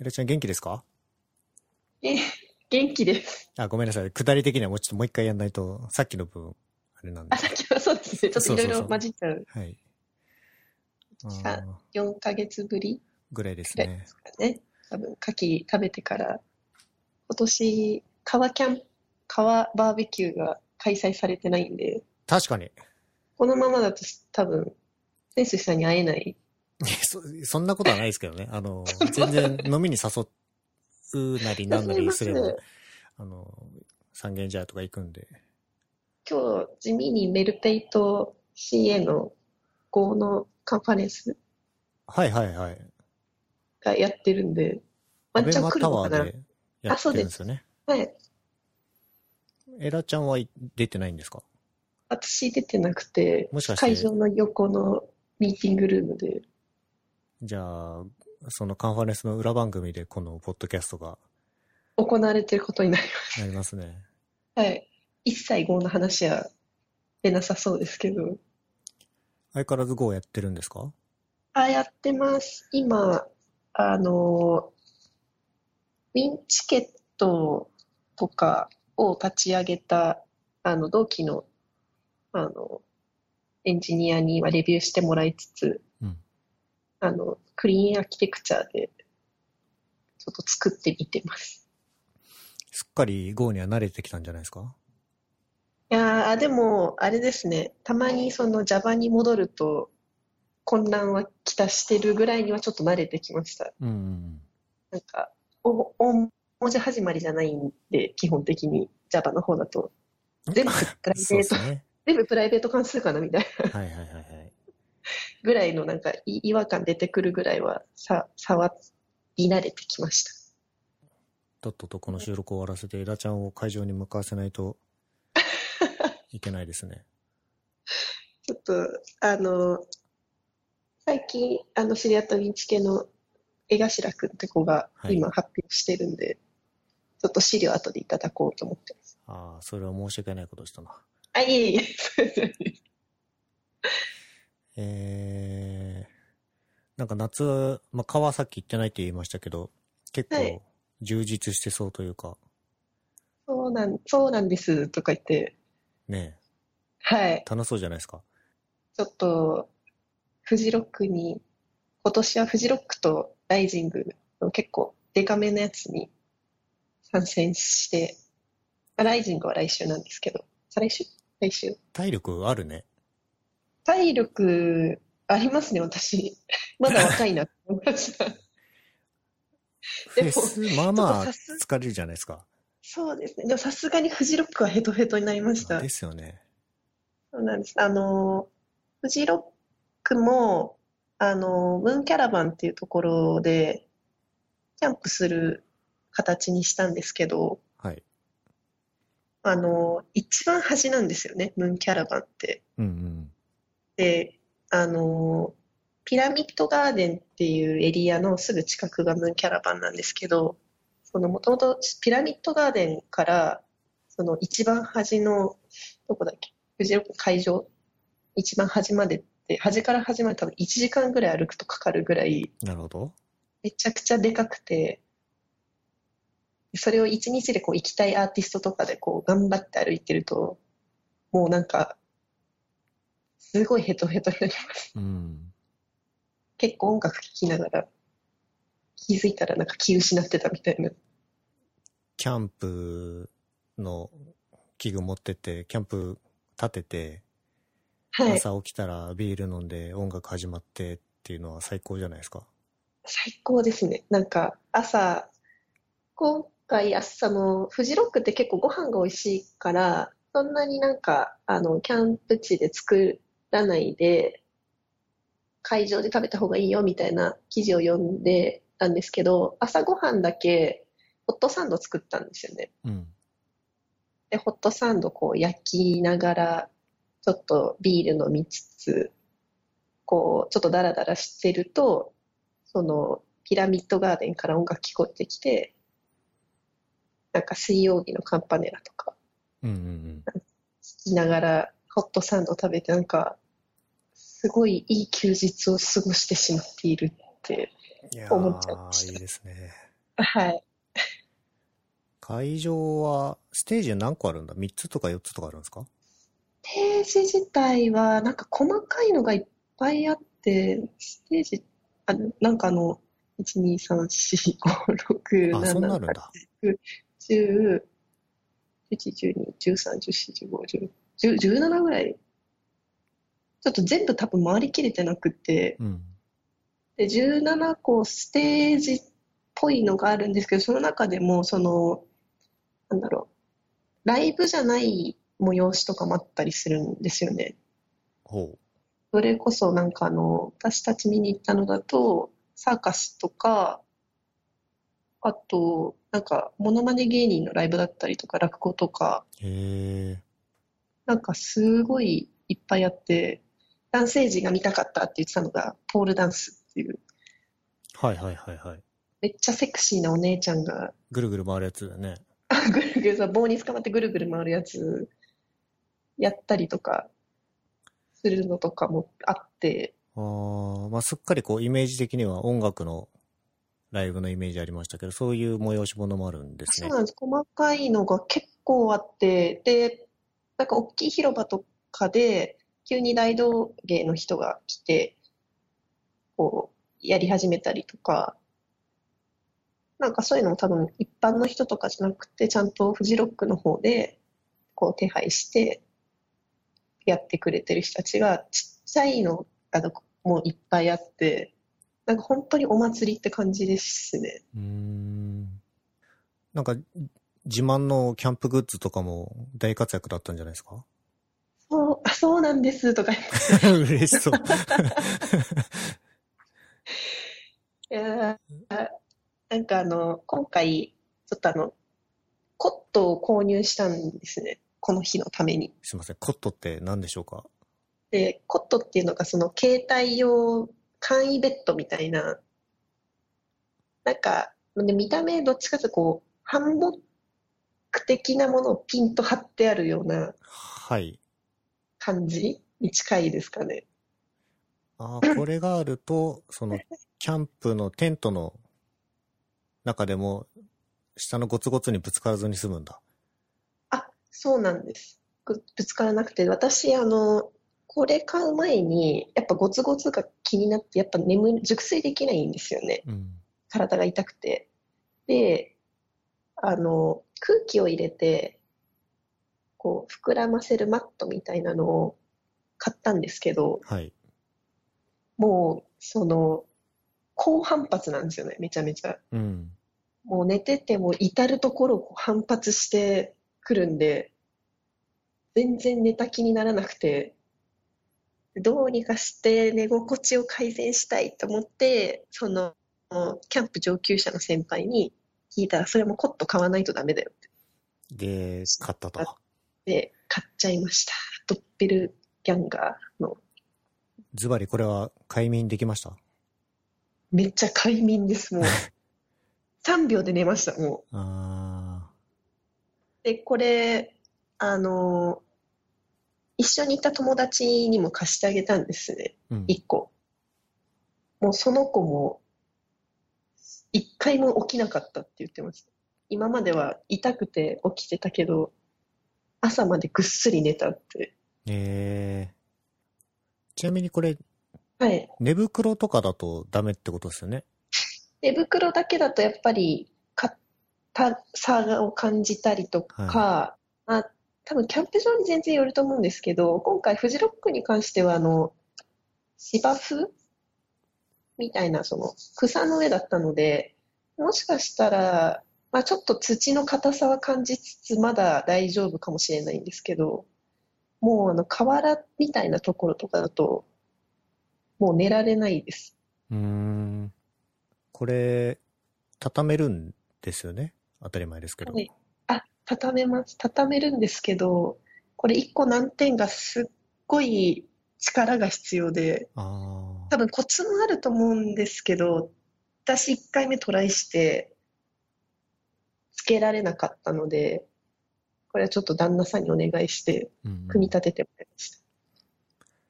エラちゃん元気ですか？ 元気です。 ごめんなさい。下り的にはもう一回やんないと、さっきの分、あれなんで。 さっきはそうですね。ちょっといろいろ混じっちゃう。 はい。 4ヶ月ぶりぐらいですね。 ぐらいですかね。多分、牡蠣食べてから、今年、川バーベキューが開催されてないんで、 確かに。 このままだと多分、センスさんに会えない。 そんなことはないですけどね。全然飲みに誘うなりなんなりすれば、三軒茶屋とか行くんで。 今日、地味にメルペイと CA のGo のカンファレンスはいはいはい。 がやってるんで、ワンチャン来るのかな。 アベマタワーでやってるんですよね。 はい。 エラちゃんは出てないんですか？ 私出てなくて、 もしかして会場の横のミーティングルームで。 じゃあ、そのカンファレンスの裏番組でこのポッドキャストが行われてることになります。 なりますね。 はい。一切 Go の話は出なさそうですけど。 相変わらず Go やってるんですか？ やってます。今、ウィンチケットとかを立ち上げた、同期の、あの、エンジニアにはレビューしてもらいつつ、 うん。 クリーンアーキテクチャで、ちょっと作ってみてます。 すっかり Go には慣れてきたんじゃないですか？ いやー、でも、あれですね。たまにその Java に戻ると、混乱はきたしてるぐらいにはちょっと慣れてきました。 うん。 なんか、大文字始まりじゃないんで、基本的に Java の方だと。全部プライベート、 ね、 全部プライベート関数かなみたいな。 はいはいはいはい。 ぐらいのなんか違和感出てくるぐらいは触り慣れてきました。 とっととこの収録を終わらせてエラちゃんを会場に向かわせないといけないですね。 ちょっと、最近、知り合った認知系の江頭くんって子が今発表してるんで、ちょっと資料後でいただこうと思ってます。 それは申し訳ないことしたな。 いえいえ。なんか夏、川さっき行ってないって言いましたけど、結構充実してそうというか。 そうなんですとか言って。 ねえ。 はい。 楽しそうじゃないですか。 ちょっと、フジロックに、今年はフジロックとライジングの結構デカめのやつに参戦して、ライジングは来週なんですけど、再来週体力あるね。 体力ありますね、私。まだ若いなって思いました。 フェス、まあまあ疲れるじゃないですか。 そうですね。でもさすがにフジロックはヘトヘトになりました。 ですよね。 そうなんです。フジロックも、ムーンキャラバンっていうところで、キャンプする形にしたんですけど、 はい。 一番端なんですよね、ムーンキャラバンって。 うんうん。 で、ピラミッドガーデンっていうエリアのすぐ近くがムーンキャラバンなんですけど、もともとピラミッドガーデンから、その一番端の、どこだっけ、フジロック会場、一番端までって、端から端まで多分1時間ぐらい歩くとかかるぐらい、 なるほど。 めちゃくちゃでかくて、それを一日でこう行きたいアーティストとかでこう頑張って歩いてると、もうなんか、すごいヘトヘトになります。 うん。 結構音楽聴きながら、気づいたらなんか気失ってたみたいな。 キャンプの器具持ってて、キャンプ立てて、 はい。 朝起きたらビール飲んで音楽始まってっていうのは最高じゃないですか。 最高ですね。なんか今回フジロックって結構ご飯が美味しいから、そんなになんか、キャンプ地で作らないで、会場で食べた方がいいよみたいな記事を読んでたんですけど、朝ごはんだけホットサンド作ったんですよね。 うん。 で、ホットサンドこう焼きながら、ちょっとビール飲みつつ、こう、ちょっとダラダラしてると、その、ピラミッドガーデンから音楽聞こえてきて、なんか水曜日のカンパネラとか、 うんうんうん。 聞きながらホットサンド食べて、なんか、すごいいい休日を過ごしてしまっているって思っちゃいまいいした。 ですね。 はい。 会場は、ステージ何個あるんだ？ 3 つとか4つとかあるんですか？ ステージ自体は、なんか細かいのがいっぱいあって、ステージ、なんか1、2、3、4、5、6、 あ、そんなあ 7、 るんだ。 8、9、10、11、12、13、14、15、10、17ぐらい。ちょっと全部多分回りきれてなくて、 うん。 で、17個ステージっぽいのがあるんですけど、その中でも、なんだろライブじゃない催しとかもあったりするんですよね。 ほそれこそなんか私たち見に行ったのだと、サーカスとか、あと、なんか、モノマネ芸人のライブだったりとか、落語とか、 う。へえ。 なんかすごいいっぱいあって、男性陣が見たかったって言ってたのが、ポールダンスっていう、 はいはいはいはい。 めっちゃセクシーなお姉ちゃんが、 ぐるぐる回るやつだね。 ぐるぐるさ、棒に捕まってぐるぐる回るやつやったりとかするのとかもあって、 ああ、まあ、すっかりこう、イメージ的には音楽のライブのイメージありましたけど、そういう催し物もあるんですね。 そうなんです。細かいのが結構あって、で、なんか大きい広場とかで、急に大道芸の人が来て、こう、やり始めたりとか、なんかそういうのも多分一般の人とかじゃなくて、ちゃんとフジロックの方で、こう手配してやってくれてる人たちが、ちっちゃいのがもういっぱいあって、なんか本当にお祭りって感じですね。 うーん。なんか、自慢のキャンプグッズとかも大活躍だったんじゃないですか？ そう、あ、そうなんですとか嬉しそう。 いやーなんか今回、ちょっとコットを購入したんですね。この日のために。 すいません。コットって何でしょうか？ で、コットっていうのがその携帯用簡易ベッドみたいな、なんか、で見た目どっちかというとこう、ハンモック的なものをピンと張ってあるようなはい。 感じに近いですかね。 ああ、これがあると、その、キャンプのテントの中でも、下のゴツゴツにぶつからずに済むんだ。 あ、そうなんです。ぶつからなくて、私、これ買う前に、やっぱゴツゴツが気になって、やっぱ熟睡できないんですよね。 うん。 体が痛くて。で、空気を入れて、こう、膨らませるマットみたいなのを買ったんですけど、 はい。 もう、高反発なんですよね、めちゃめちゃ。 うん。 もう寝てても至るところをこう反発してくるんで、全然寝た気にならなくて、どうにかして寝心地を改善したいと思って、キャンプ上級者の先輩に聞いたら、それもコット買わないとダメだよってで、買ったと。 言って買っちゃいました。ドッペルギャンガーの。 ズバリこれは快眠できました？ めっちゃ快眠です、もう。3秒で寝ました、もう。 あで、これ、あの、一緒にいた友達にも貸してあげたんですね。 ー、うん。 1個。もうその子も一回も起きなかったって言ってました。今までは痛くて起きてたけど、朝までぐっすり寝たって。 ちなみにこれ、 はい。 寝袋とかだとダメってことですよね。 寝袋だけだとやっぱり硬さを感じたりとはい。 か、多分キャンプ場に全然よると思うんですけど、今回フジロックに関しては芝生みたいな草の上だったので、もしかしたら、ちょっと土の硬さは感じつつまだ大丈夫かもしれないんですけど、もう河原みたいなところとかだと、もう寝られないです。 うーん。これ、畳めるんですよね。当たり前ですけど。 はい。畳めます。畳めるんですけど、これ一個難点がすっごい力が必要で、 あ多分コツもあると思うんですけど、私一回目トライしてつけられなかったので、これはちょっと旦那さんにお願いして、 ー、うんうん。 組み立ててもらいました。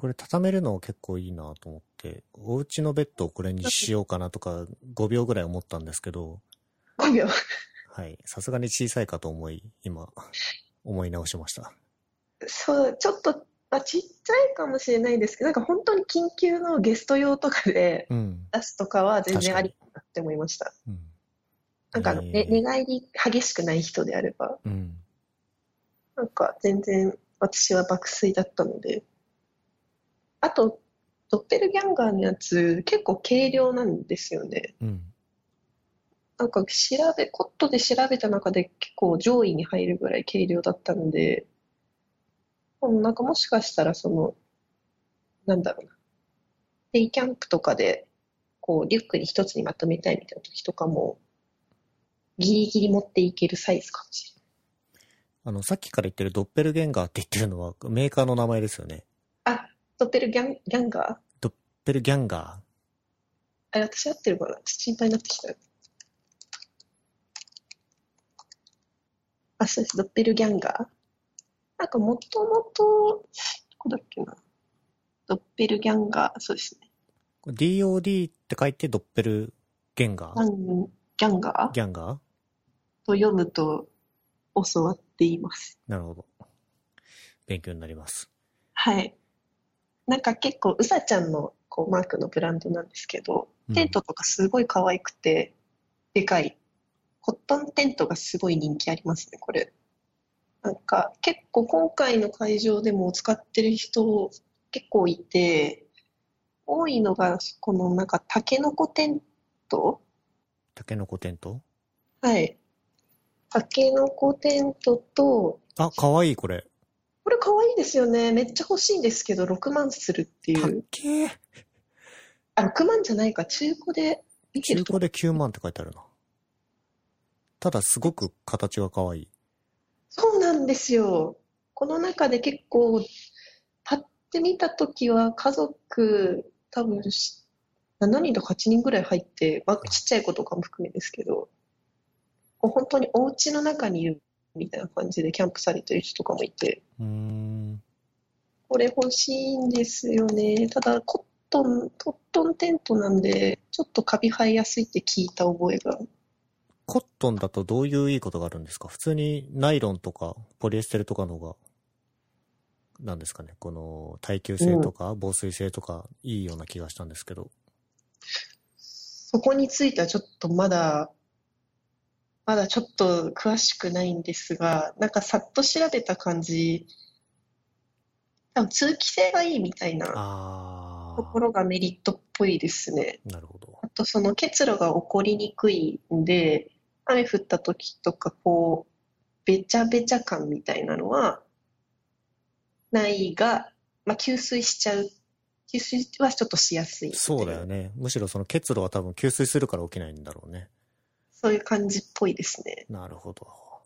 これ畳めるの結構いいなと思って、お家のベッドをこれにしようかなとか5秒ぐらい思ったんですけど、 5秒。 はい。さすがに小さいかと思い、今、思い直しました。 そう、ちょっと、ちっちゃいかもしれないですけど、なんか本当に緊急のゲスト用とかでうん。 出すとかは全然あり確かに。 かなって思いました。 うん。 なんか寝返り激しくない人であれば、 うん。 なんか全然私は爆睡だったので。あと、ドッペルギャンガーのやつ結構軽量なんですよね。 うん。 なんかコットで調べた中で結構上位に入るぐらい軽量だったので、なんかもしかしたらなんだろうな、デイキャンプとかで、リュックに一つにまとめたいみたいな時とかも、ギリギリ持っていけるサイズかもしさっきから言ってるドッペルゲンガーって言ってるのはメーカーの名前ですよね。 れない。ドッペルギャンガードッペルギャンガあれ、私合ってるかなちょっと心配になってきた。そうです。ドッペルギャンガーなんかもともと、どこだっけな。ドッペルギャンガー、そうですね。 ー。DOD って書いてドッペルゲンガーギャンガーギャンガーと読むと教わっています。 なるほど。勉強になります。 はい。なんか結構、うさちゃんのマークのブランドなんですけど、テントとかすごい可愛くて、でかい。コットンテントがすごい人気ありますね、これ。なんか結構今回の会場でも使ってる人結構いて、多いのが、このなんかタケノコテントタケノコテントはい。タケノコテントと、 あ、かわいいこれ。 これ可愛いですよね。めっちゃ欲しいんですけど、6万するってたっいう。 けー。 6万じゃないか、中古で見てると。 中古で9万って書いてあるな。ただすごく形がかわいい。 そうなんですよ。この中で結構、パッて見たときは家族、多分7人とか8人ぐらい入って、ちっちゃい子とかも含めですけど、本当にお家の中にいるみたいな感じでキャンプされてる人とかもいて、これ欲しいんですよね。ただ、トットンテントなんで、ちょっとカビ生えやすいって聞いた覚えが。 コットンだとどういういいことがあるんですか？普通にナイロンとかポリエステルとかの方が、なんですかね、この耐久性とか防水性とかいいような気がしたんですけど。 そこについてはちょっとまだちょっと詳しくないんですが、なんかさっと調べた感じ、多分通気性がいいみたいなとこあろがメリットっぽいですね。 ー、なるほど。 あとその結露が起こりにくいんで、雨降った時とかべちゃべちゃ感みたいなのはないが、吸水しちゃう。吸水はちょっとしやすいみそたいな。 うだよね。むしろその結露は多分吸水するから起きないんだろうね。 そういう感じっぽいですね。 なるほど。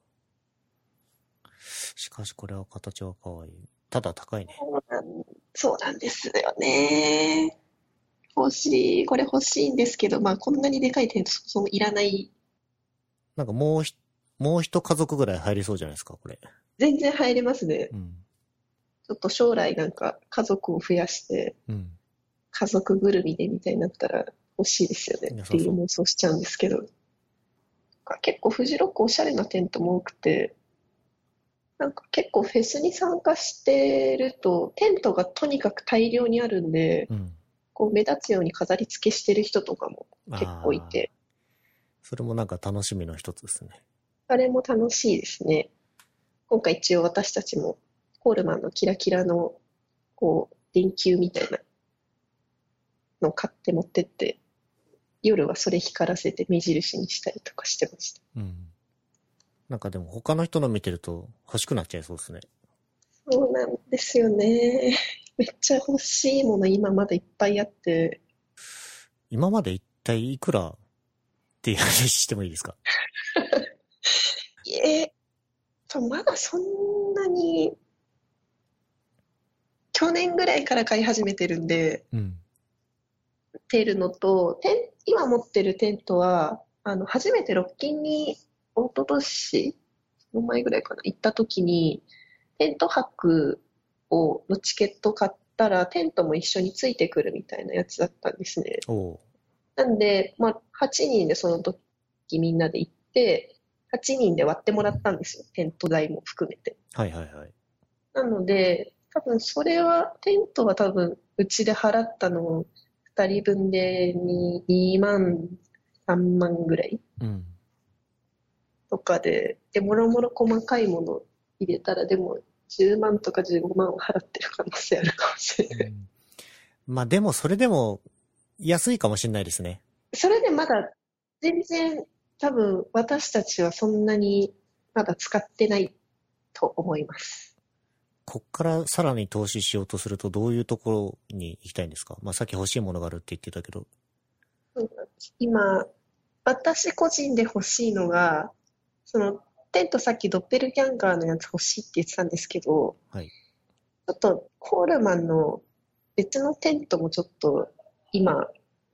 しかしこれは形は可愛い。ただ高いね。 そうなんですよね。これ欲しいんですけど、こんなにでかいテントそもそもいらない。 なんかもう一家族ぐらい入りそうじゃないですか、これ。 全然入れますね。 うん。 ちょっと将来なんか家族を増やして、 うん。 家族ぐるみでみたいになったら欲しいですよねっていう良さそう。 妄想しちゃうんですけど。結構フジロックおしゃれなテントも多くて、なんか結構フェスに参加してると、テントがとにかく大量にあるんで、 うん。 目立つように飾り付けしてる人とかも結構いああ、 て、 それもなんか楽しみの一つですね。 あれも楽しいですね。今回一応私たちもコールマンのキラキラの電球みたいなのを買って持ってって、夜はそれ光らせて目印にしたりとかしてました。 うん。なんかでも他の人の見てると欲しくなっちゃいそうですね。 そうなんですよね。めっちゃ欲しいもの今まだいっぱいあって、 今まで一体いくらっていう話してもいいですか？ えまだそんなに、去年ぐらいから買い始めてるんで、 うん。 てるのと、今持ってるテントは、初めてロッキンに、一昨年の前ぐらいかな、行った時に、テント泊のチケット買ったらテントも一緒についてくるみたいなやつだったんですね。 おう。 なんで、まあ、8人でその時みんなで行って、8人で割ってもらったんですよ。テント代も含めて。 はいはいはい。 なので、多分それは、テントは多分うちで払ったのを2人分で2万、3万ぐらいうん。 とかで、もろもろ細かいもの入れたら、でも10万とか15万を払ってる可能性あるかもしれない。 うん、まあでもそれでも安いかもしれないですね。 それでまだ全然多分私たちはそんなにまだ使ってないと思います。 こっからさらに投資しようとするとどういうところに行きたいんですか？まあさっき欲しいものがあるって言ってたけど。 そうなんです。今、私個人で欲しいのが、そのテントさっきドッペルギャンガーのやつ欲しいって言ってたんですけど、 はい。 ちょっとコールマンの別のテントもちょっと今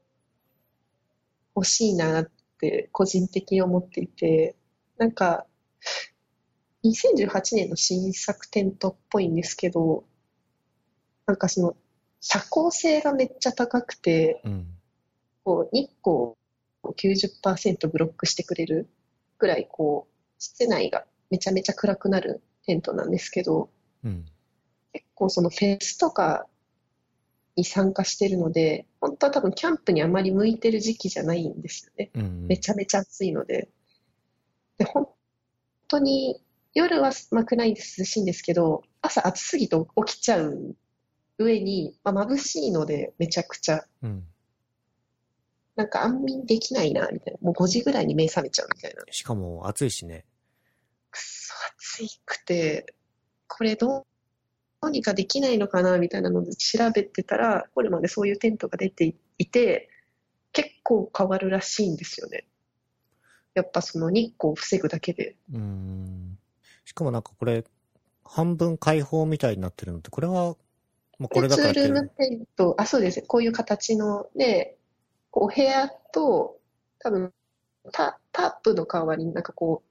欲しいなって個人的に思っていて、なんか2018年の新作テントっぽいんですけど、なんかその遮光性がめっちゃ高くて、 うん。 こう日光を90%ブロックしてくれるぐらいこう室内がめちゃめちゃ暗くなるテントなんですけど、 うん。 結構そのフェスとかに参加してるので、本当は多分キャンプにあまり向いてる時期じゃないんですよね。 うん。 めちゃめちゃ暑いので。で、本当に夜はまあ暗いんで涼しいんですけど、朝暑すぎて起きちゃう上に、まあ、眩しいのでめちゃくちゃ、 うん。 なんか安眠できないな、みたいな。もう5時ぐらいに目覚めちゃうみたいな。 しかも暑いしね。 くそ暑くて、これどうにかできないのかな、みたいなので調べてたら、これまでそういうテントが出ていて、結構変わるらしいんですよね。やっぱその日光を防ぐだけで。 うーん。しかもなんかこれ、半分開放みたいになってるのって、これは、まあこで、 れだツールーからっていう。 ムテント、あ、そうですね。こういう形ので、こうお部屋と、多分タープの代わりになんかこう、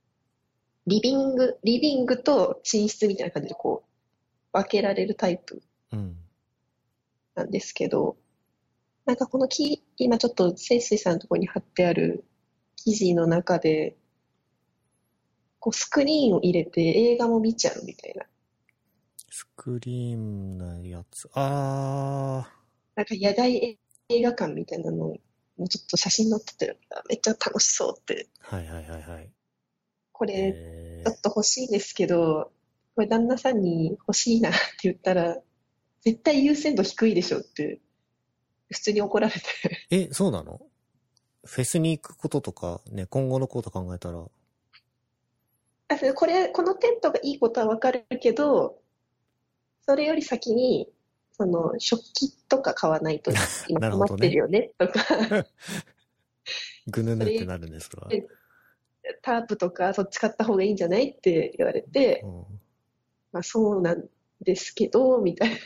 リビングと寝室みたいな感じでこう、分けられるタイプうん。 なんですけど、なんかこの今ちょっと清水さんのところに貼ってある記事の中で、こうスクリーンを入れて映画も見ちゃうみたいな。 スクリーンなやつ。 なんか野外映画館みたいなのもちょっと写真載ってて、めっちゃ楽しそうって。 はいはいはいはい。 これ、ちょえっと欲しいんですけど、これ旦那さんに欲しいなって言ったら、絶対優先度低いでしょって普通に怒られて。 そうなの？フェスに行くこととか、ね、今後のこと考えたら、 このテントがいいことはわかるけど、それより先に、その食器とか買わないと今なるほどね。 困ってるよねとか、 ぐぬそれぬってなるんですわ。 タープとかそっち買った方がいいんじゃないって言われて、 うん。 まあそうなんですけど、みたいな。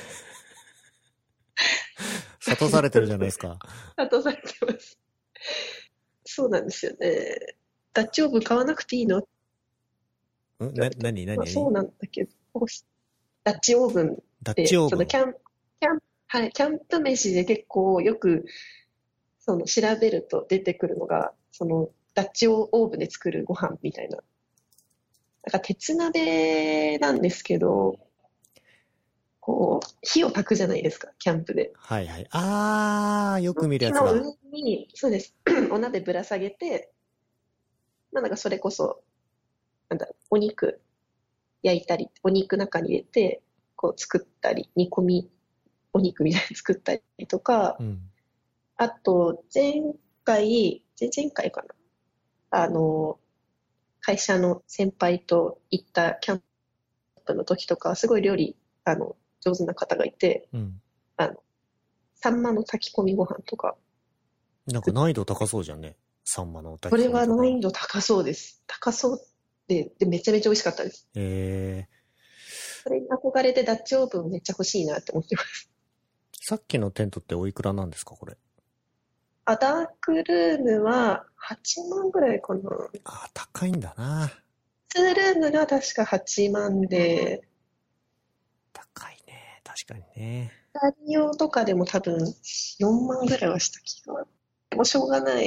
諭されてるじゃないですか。 後されてます。そうなんですよね。ダッチオーブン買わなくていいのって言われて。 何何まあそうなんだけど、ダッチオーブンっダッチて、 オーブン。 はい、キャンプ飯で結構よく、その調べると出てくるのが、そのダッチオーブンで作るご飯みたいな。なんか鉄鍋なんですけど、こう、火を焚くじゃないですか、キャンプで。 はいはい。よく見るやつだ。 火の上に、そうです、お鍋ぶら下げて、まあなんかそれこそ、なんだろう、お肉焼いたり、お肉中に入れて、こう作ったり、煮込み、お肉みたいに作ったりとか、 うん。 あと、前々回かな。あの、会社の先輩と行ったキャンプの時とか、すごい料理、上手な方がいて、 うん。 あの、サンマの炊き込みご飯とかなんか難易度高そうじゃんね。サンマのこれ炊き込みとか。 は難易度高そうです。高そうで、めちゃめちゃ美味しかったです。 えそれに憧れてダッチオーブンめっちゃ欲しいなって思ってます。 さっきのテントっておいくらなんですか、これ。 ダークルームは8万ぐらいかな。 高いんだな。 ツールームが確か8万で、 高いね。確確かにね。 ラジオとかでも多分4万ぐらいはした気が。でもしょうがない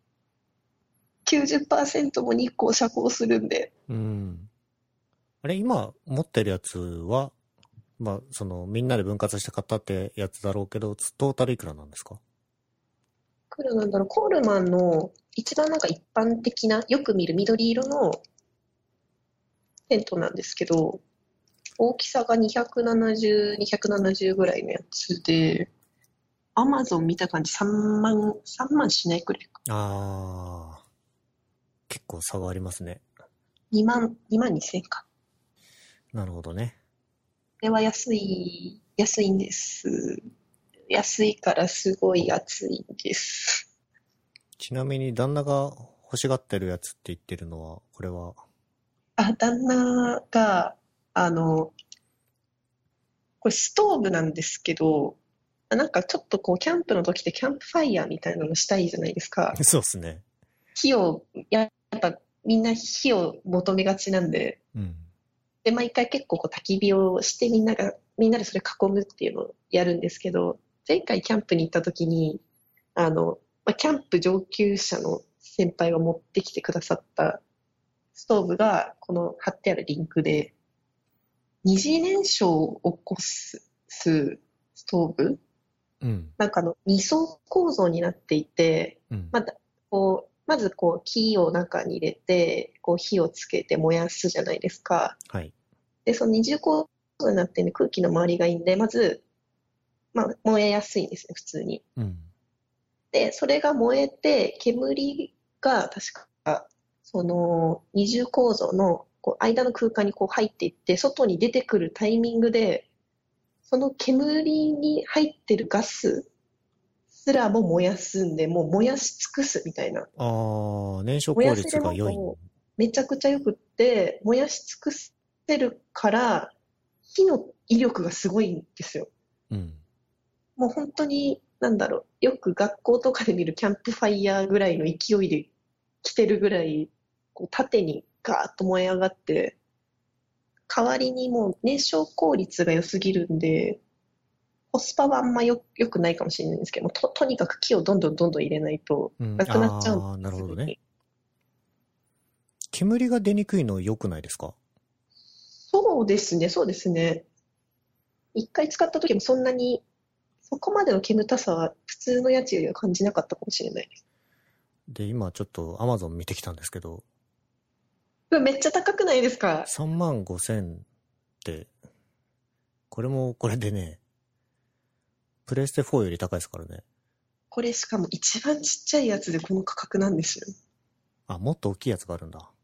。90%も日光遮光するんで。 うん。あれ、今持ってるやつは、まあ、その、みんなで分割して買ったってやつだろうけど、トータルいくらなんですか？ いくらなんだろう、コールマンの一番なんか一般的な、よく見る緑色のテントなんですけど、大きさが270、270ぐらいのやつで、アマゾン見た感じ3万しないくらいか。 あー、結構差がありますね。 2万2千か。 なるほどね。 これは安いんです。安いからすごい暑いんです。 ちなみに旦那が欲しがってるやつって言ってるのは、これは？ あ、旦那が、あの、これストーブなんですけど、なんかちょっとこう、キャンプの時ってキャンプファイヤーみたいなのしたいじゃないですか。 そうっすね。 火を、やっぱみんな火を求めがちなんで、 うん。 で、毎回結構こう焚き火をしてみんなでそれ囲むっていうのをやるんですけど、前回キャンプに行った時に、キャンプ上級者の先輩が持ってきてくださったストーブが、この貼ってあるリンクで、二次燃焼を起こすストーブうん。 なんか二層構造になっていて、 うん。 まずこう木を中に入れて、こう火をつけて燃やすじゃないですか。 はい。 で、その二重構造になってるんで空気の周りがいいんで、まず、燃えやすいんですね、普通に。 うん。 で、それが燃えて、煙が確か、その二重構造のこう間の空間にこう入っていって、外に出てくるタイミングで、その煙に入ってるガスすらも燃やすんで、もう燃やし尽くすみたいな。 あー、燃焼効燃やせれ率が良い。 ばもうめちゃくちゃよくって、燃やし尽くせるから、火の威力がすごいんですよ。 うん。 もう本当に、なんだろう、よく学校とかで見るキャンプファイヤーぐらいの勢いで来てるぐらい、こう縦にガーッと燃え上がって、代わりにもう燃焼効率が良すぎるんで、コスパはあんま良くないかもしれないんですけども、とにかく木をどんどん入れないとうん。 なくなっちゃうんであー、なるほどね。 すぐに。 煙が出にくいの良くないですか？ そうですね、そうですね。一回使った時もそんなに、そこまでの煙たさは普通のやつよりは感じなかったかもしれないです。 で、今ちょっと Amazon 見てきたんですけど、 うわめっちゃ高くないですか？ 3万5千って、これもこれでね、プレステ4より高いですからね。 これしかも一番ちっちゃいやつでこの価格なんですよ。 あ、もっと大きいやつがあるんだ。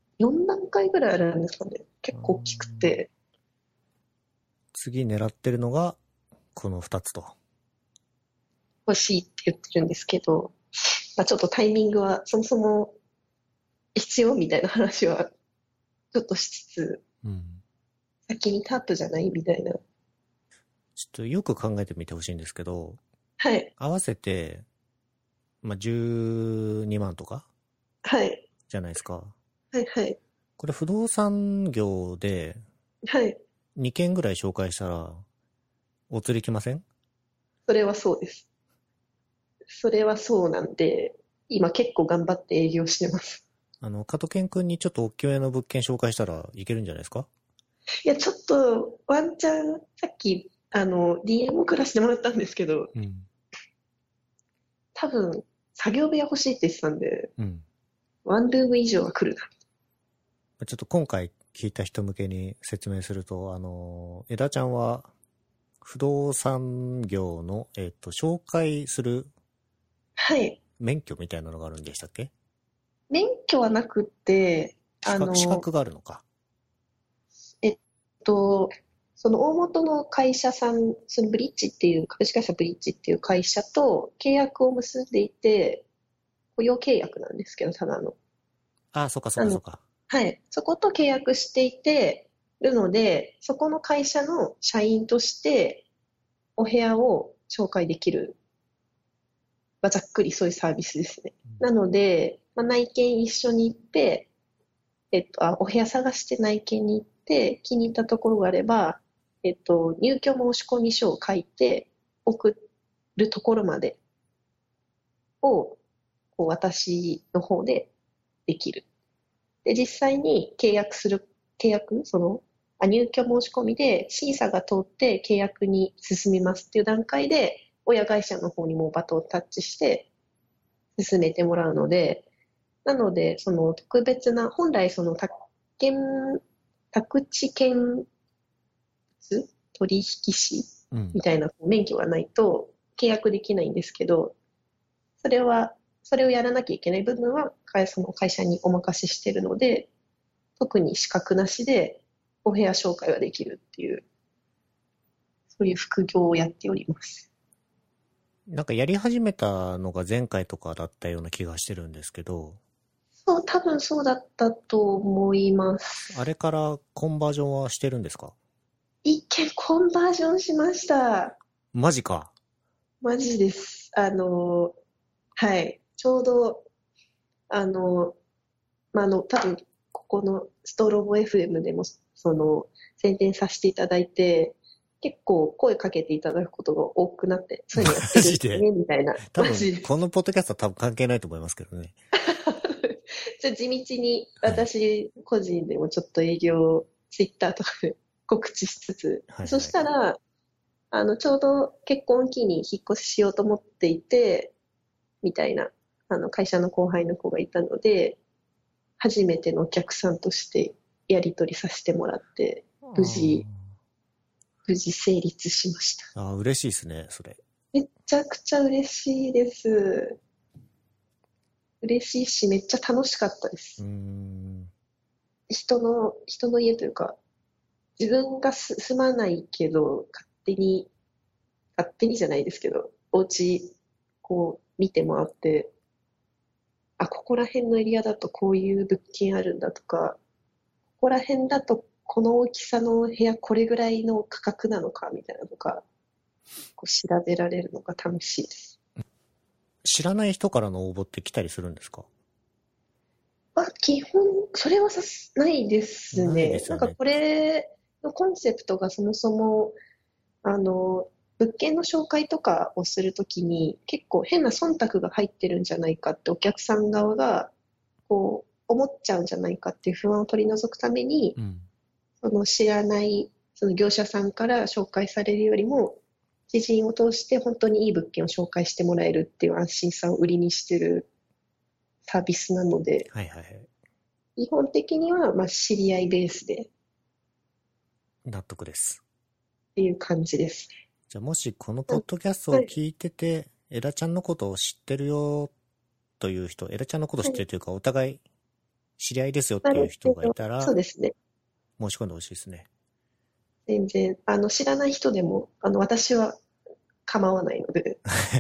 4段階ぐらいあるんですかね。結構大きくて。 次狙ってるのが、この2つと。 欲しいって言ってるんですけど、ちょっとタイミングはそもそも必要みたいな話はちょっとしつつ、 うん。 先にタープじゃないみたいな。 ちょっとよく考えてみてほしいんですけど、 はい。 合わせて、まあ、12万とかはい。 じゃないですか。 はい。はい。 これ不動産業ではい。 2件ぐらい紹介したら、お釣りきません？ それはそうです。それはそうなんで、今結構頑張って営業してます。 加藤健くんにちょっと大きめの物件紹介したらいけるんじゃないですか？ いや、ちょっと、ワンチャン、さっき、DM 送らせてもらったんですけど、 うん。 多分、作業部屋欲しいって言ってたんで、 うん。 ワンルーム以上は来るな。 ちょっと今回聞いた人向けに説明すると、枝ちゃんは不動産業の、紹介するはい。 免許みたいなのがあるんでしたっけ？ 免許はなくって、 資格があるのか。 えっと、その大元の会社さん、そのブリッジっていう、株式会社ブリッジっていう会社と契約を結んでいて、雇用契約なんですけど、ただの。 ああ、そっかそっあの、 かそっか。 はい。そこと契約していて、るので、そこの会社の社員としてお部屋を紹介できる、ざっくりそういうサービスですね。なので、内見一緒に行って、お部屋探して内見に行って、気に入ったところがあれば、 入居申込書を書いて送るところまでを、こう私の方でできる。で、実際に契約、入居申し込みで審査が通って契約に進みますっていう段階で、親会社の方にもうバトンタッチして進めてもらうので、なので、その特別な、本来その宅地建物取引士みたいな免許がないと契約できないんですけど、それをやらなきゃいけない部分は、その会社にお任せしているので、特に資格なしでお部屋紹介ができるっていう、そういう副業をやっております。 なんかやり始めたのが前回とかだったような気がしてるんですけど。 そう、多分そうだったと思います。 あれからコンバージョンはしてるんですか？ 一見コンバージョンしました。 マジか。 マジです。はい。ちょうど、多分、ここのストロボ FM でも、宣伝させていただいて、結構声かけていただくことが多くなって、そういうのやってるんですね、みたいな。 多分、このポッドキャストは多分関係ないと思いますけどね。 地道に私個人でもちょっと営業、ツイッターとかで告知しつつ、そしたら、ちょうど結婚期に引っ越ししようと思っていて、みたいな、会社の後輩の子がいたので、初めてのお客さんとしてやり取りさせてもらって、無事成立しました。 嬉しいですね、それ。 めちゃくちゃ嬉しいです。嬉しいし、めっちゃ楽しかったです。人の家というか、自分が住まないけど、勝手にじゃないですけど、お家、こう、見て回って、ここら辺のエリアだとこういう物件あるんだとか、ここら辺だとこの大きさの部屋これぐらいの価格なのかみたいなのとか、こう調べられるのが楽しいです。 知らない人からの応募って来たりするんですか？ 基本、それはないですね。 ないですよね。 なんかこれのコンセプトがそもそも、物件の紹介とかをするときに結構変な忖度が入ってるんじゃないかってお客さん側がこう思っちゃうんじゃないかっていう不安を取り除くために、その知らないその業者さんから紹介されるよりも知人を通して本当にいい物件を紹介してもらえるっていう安心さを売りにしてるサービスなので、基本的には知り合いベースで納得ですっていう感じですね。 じゃあもしこのポッドキャストを聞いてて、エラちゃんのことを知ってるよという人、エラちゃんのことを知ってるというか、お互い知り合いですよっていう人がいたら、 そうですね。 申し込んでほしいですね。 全然、知らない人でも、私は構わないので、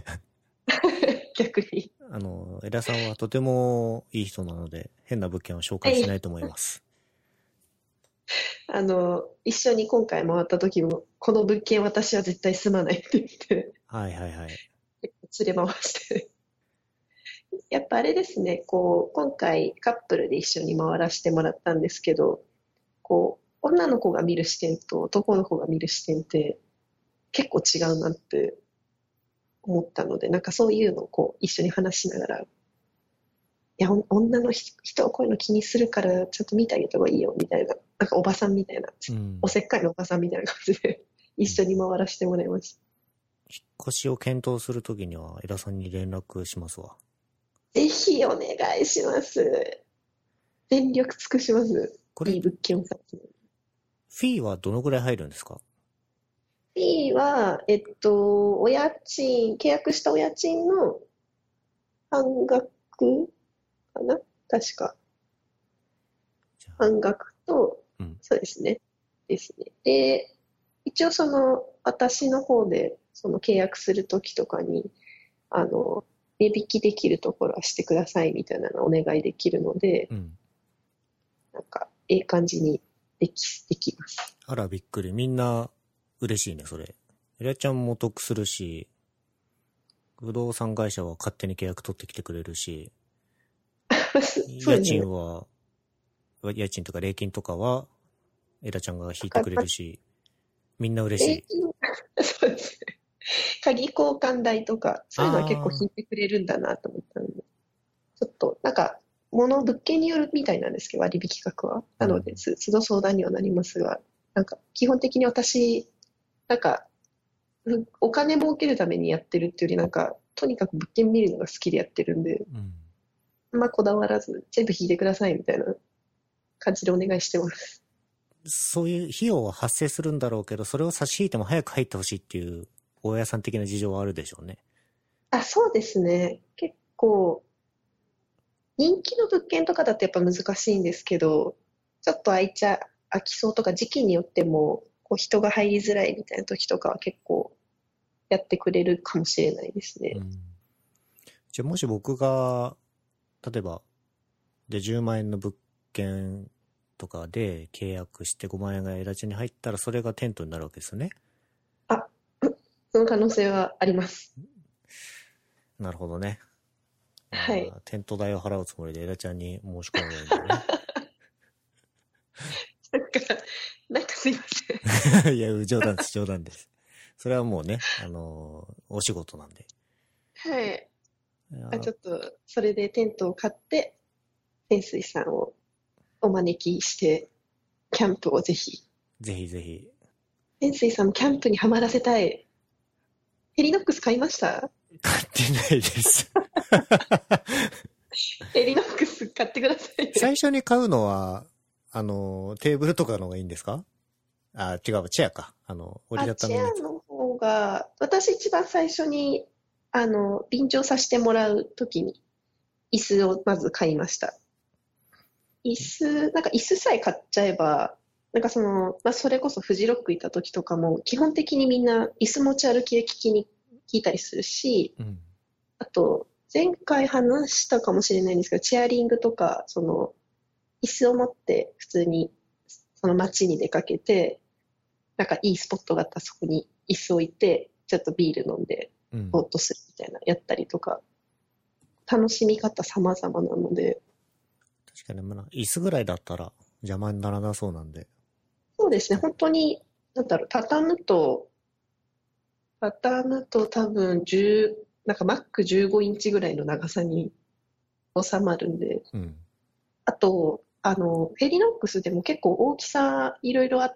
逆に。 エラさんはとてもいい人なので、変な物件を紹介しないと思います。 一緒に今回回った時も、この物件私は絶対住まないって言って、連れ回して。やっぱあれですね、こう、今回カップルで一緒に回らせてもらったんですけど、こう、女の子が見る視点と男の子が見る視点って結構違うなって思ったので、なんかそういうのをこう一緒に話しながら、いや、女の人はこういうの気にするからちょっと見てあげた方がいいよみたいな、なんかおばさんみたいな、おせっかいのおばさんみたいな感じで一緒に回らせてもらいました。 引っ越しを検討するときには、エラさんに連絡しますわ。 ぜひお願いします。全力尽くします。いい物件を探すのに。 フィーはどのぐらい入るんですか？ フィーは、お家賃、契約したお家賃の半額かな確か。半額と、そうですね。ですね。で、一応私の方で、契約するときとかに、値引きできるところはしてくださいみたいなのをお願いできるので、なんか、いい感じにできます。 あら、びっくり。みんな、嬉しいね、それ。エラちゃんも得するし、不動産会社は勝手に契約取ってきてくれるし、家賃とか礼金とかは、エラちゃんが引いてくれるし、 みんな嬉しい。 平均、そうですね。鍵交換代とか、そういうのは結構あ引いてくれるんだなと思ったので、ちょっと、なんか、物件によるみたいなんですけど、割引額は。 あ、 なので、都度相談にはなりますが、なんか、基本的に私、なんか、お金儲けるためにやってるっていうより、なんか、とにかく物件見るのが好きでやってるんで、 うん。 あんまこだわらず、全部引いてくださいみたいな感じでお願いしてます。 そういう費用は発生するんだろうけど、それを差し引いても早く入ってほしいっていう、大家さん的な事情はあるでしょうね。 あ、そうですね。結構、人気の物件とかだとやっぱ難しいんですけど、ちょっと空きそうとか時期によっても、こう人が入りづらいみたいな時とかは結構やってくれるかもしれないですね。 うん。じゃあもし僕が、例えば、で10万円の物件とかで契約して5万円がエラチに入ったら、それがテントになるわけですよね。 あ、その可能性はあります。 なるほどね。 はい。 テント代を払うつもりでエラちゃんに申し込めばいいんだよね。 なんか、なんかすいません。 いや、冗談です、冗談です。それはもうね、お仕事なんで。 はい。 いや、 ちょっと、それでテントを買って、潜水さんをお招きして、キャンプをぜひ。 ぜひぜひ。 潜水さんもキャンプにはまらせたい。ヘリノックス買いました？ 買ってないです。 ヘリノックス買ってくださいね。 最初に買うのは、テーブルとかの方がいいんですか？あ、違う、チェアか。折りたたチェみに。 アの方が、私一番最初に、便乗させてもらうときに、椅子をまず買いました。なんか椅子さえ買っちゃえば、なんかまあ、それこそフジロック行った時とかも、基本的にみんな椅子持ち歩きで聞いたりするし、 うん。 あと、前回話したかもしれないんですけど、チェアリングとか、椅子を持って普通に、その街に出かけて、なんかいいスポットがあったらそこに椅子置いて、ちょっとビール飲んで、 うん。 ぼーっとするみたいな、やったりとか、楽しみ方様々なので、 確かに、まあ、椅子ぐらいだったら邪魔にならなそうなんで。 そうですね、本当に、なんだろう、畳むと多分なんかマック15インチぐらいの長さに収まるんで、 うん。 あと、ヘリノックスでも結構大きさいろいろあって、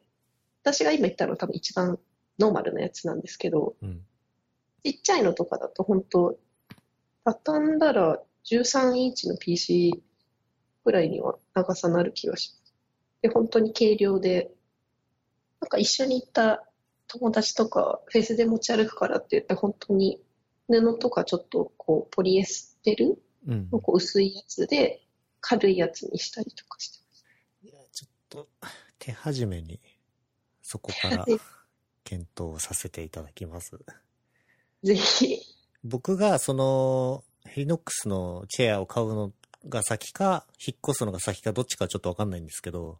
私が今言ったのは多分一番ノーマルなやつなんですけど、 うん。 ちっちゃいのとかだと本当、畳んだら13インチの PC ぐらいには長さなる気がします。で、本当に軽量で、なんか一緒に行った友達とか、フェスで持ち歩くからって言って、本当に布とかちょっとこう、ポリエステルうん。 のこう薄いやつで、軽いやつにしたりとかしていや、ちょっと、手始めに、そこからます。 検討させていただきます。 ぜひ。 僕が、ヘリノックスのチェアを買うのが先か、引っ越すのが先か、どっちかちょっとわかんないんですけど、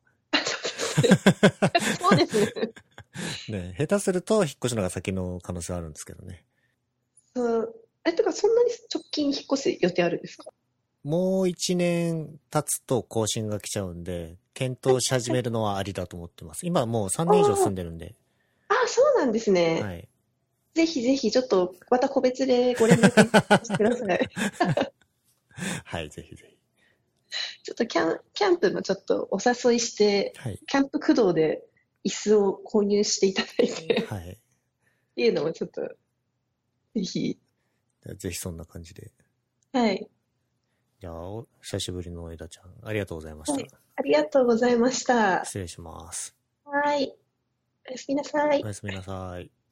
そうですね。 ね、下手すると引っ越しのが先の可能性はあるんですけどね。 とか、そんなに直近引っ越す予定あるんですか？ もう1年経つと更新が来ちゃうんで、検討し始めるのはありだと思ってます。今もう3年以上住んでるんで。 そうなんですね。 はい。 ぜひぜひ、ちょっと、また個別でご連絡してください。 はい、ぜひぜひ。 ちょっとキャンプもちょっとお誘いして、 はい。 キャンプ駆動で椅子を購入していただいて、っはい。 ていうのもちょっと、ぜひ、 ぜひそんな感じで。 はい。 じゃあ、久しぶりの枝ちゃん、ありがとうございました。 はい。ありがとうございました。 失礼します。 はい。おやすみなさい。 おやすみなさい。